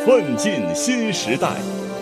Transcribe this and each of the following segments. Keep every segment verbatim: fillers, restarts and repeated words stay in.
奋进新时代。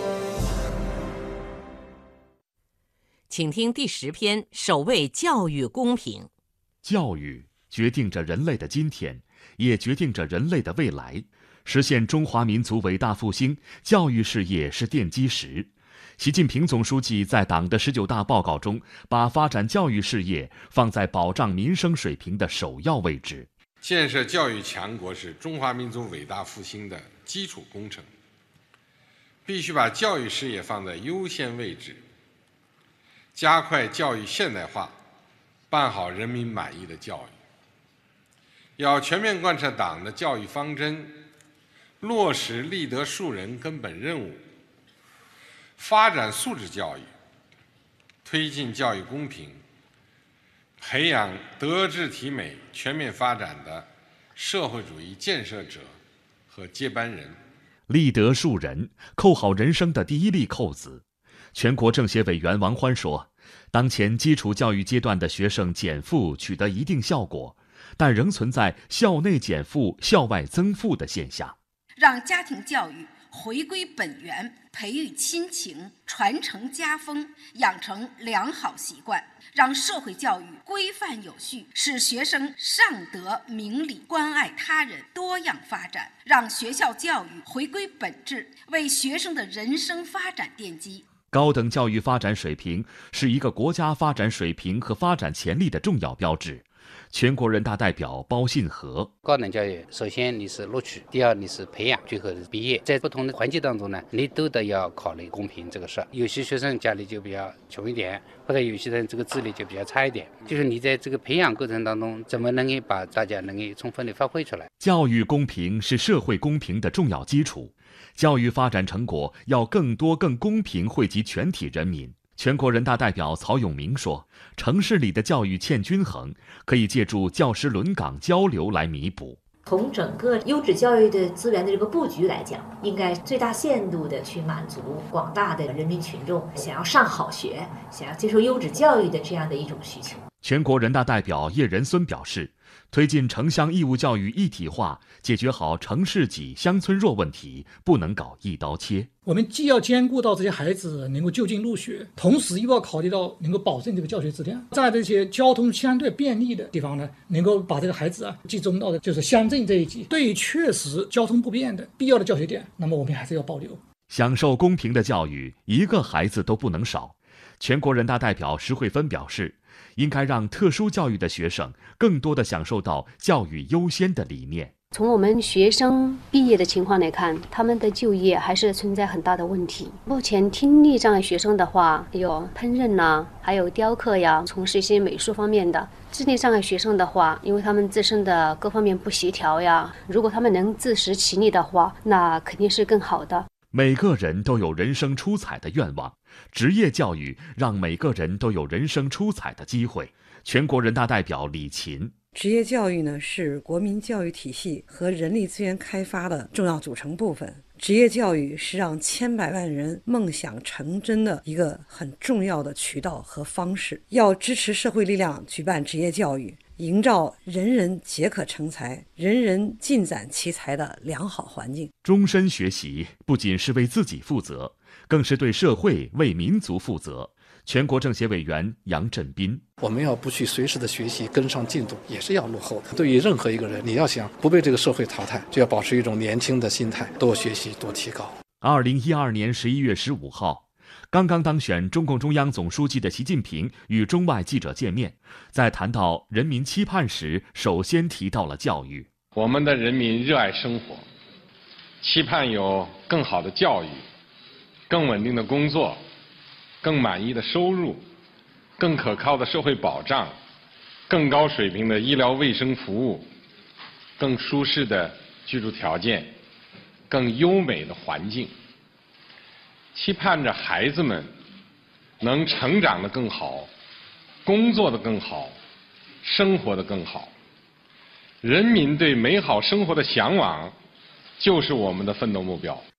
请听第十篇：守卫教育公平。 教育决定着人类的今天，也决定着人类的未来。实现中华民族伟大复兴，教育事业是奠基石。习近平总书记在党的十九大报告中，把发展教育事业放在保障民生水平的首要位置。 建设教育强国是中华民族伟大复兴的基础工程，必须把教育事业放在优先位置，加快教育现代化，办好人民满意的教育。要全面贯彻党的教育方针，落实立德树人根本任务，发展素质教育，推进教育公平，培养德智体美全面发展的社会主义建设者和接班人。 立德树人，扣好人生的第一粒扣子。全国政协委员王欢说，当前基础教育阶段的学生减负取得一定效果，但仍存在校内减负、校外增负的现象。 让家庭教育回归本源，培育亲情，传承家风，养成良好习惯；让社会教育规范有序，使学生上德明理，关爱他人，多样发展；让学校教育回归本质，为学生的人生发展奠基。 高等教育发展水平是一个国家发展水平和发展潜力的重要标志。全国人大代表包信和： 高等教育，首先你是录取，第二你是培养，最后是毕业。在不同的环境当中呢，你都得要考虑公平这个事。有些学生家里就比较穷一点，或者有些人这个智力就比较差一点，就是你在这个培养过程当中，怎么能够把大家能够充分的发挥出来？ 教育公平是社会公平的重要基础，教育发展成果要更多更公平惠及全体人民。全国人大代表曹永明说，城市里的教育欠均衡，可以借助教师轮岗交流来弥补。 从整个优质教育的资源的这个布局来讲，应该最大限度的去满足广大的人民群众想要上好学、想要接受优质教育的这样的一种需求。 全国人大代表叶仁孙表示，推进城乡义务教育一体化，解决好城市挤、乡村弱问题，不能搞一刀切。 我们既要兼顾到这些孩子能够就近入学，同时又要考虑到能够保证这个教学质量。在这些交通相对便利的地方呢，能够把这个孩子啊集中到的就是乡镇这一级。对于确实交通不便的必要的教学点，那么我们还是要保留。 享受公平的教育，一个孩子都不能少。全国人大代表石慧芬表示，应该让特殊教育的学生更多地享受到教育优先的理念。 从我们学生毕业的情况来看，他们的就业还是存在很大的问题。目前听力障碍学生的话，有烹饪呐，还有雕刻呀，从事一些美术方面的。智力障碍学生的话，因为他们自身的各方面不协调呀，如果他们能自食其力的话，那肯定是更好的。 每个人都有人生出彩的愿望，职业教育让每个人都有人生出彩的机会。全国人大代表李琴： 职业教育呢，是国民教育体系和人力资源开发的重要组成部分。职业教育是让千百万人梦想成真的一个很重要的渠道和方式。要支持社会力量举办职业教育，营造人人皆可成才、人人尽展其才的良好环境。 终身学习不仅是为自己负责，更是对社会、为民族负责。全国政协委员杨振斌： 我们要不去随时的学习，跟上进度，也是要落后的。对于任何一个人，你要想不被这个社会淘汰，就要保持一种年轻的心态，多学习，多提高。 二零一二年十一月十五号，刚刚当选中共中央总书记的习近平与中外记者见面，在谈到人民期盼时，首先提到了教育。 我们的人民热爱生活，期盼有更好的教育，更稳定的工作，更满意的收入，更可靠的社会保障，更高水平的医疗卫生服务，更舒适的居住条件，更优美的环境。期盼着孩子们能成长得更好，工作得更好，生活得更好。人民对美好生活的向往，就是我们的奋斗目标。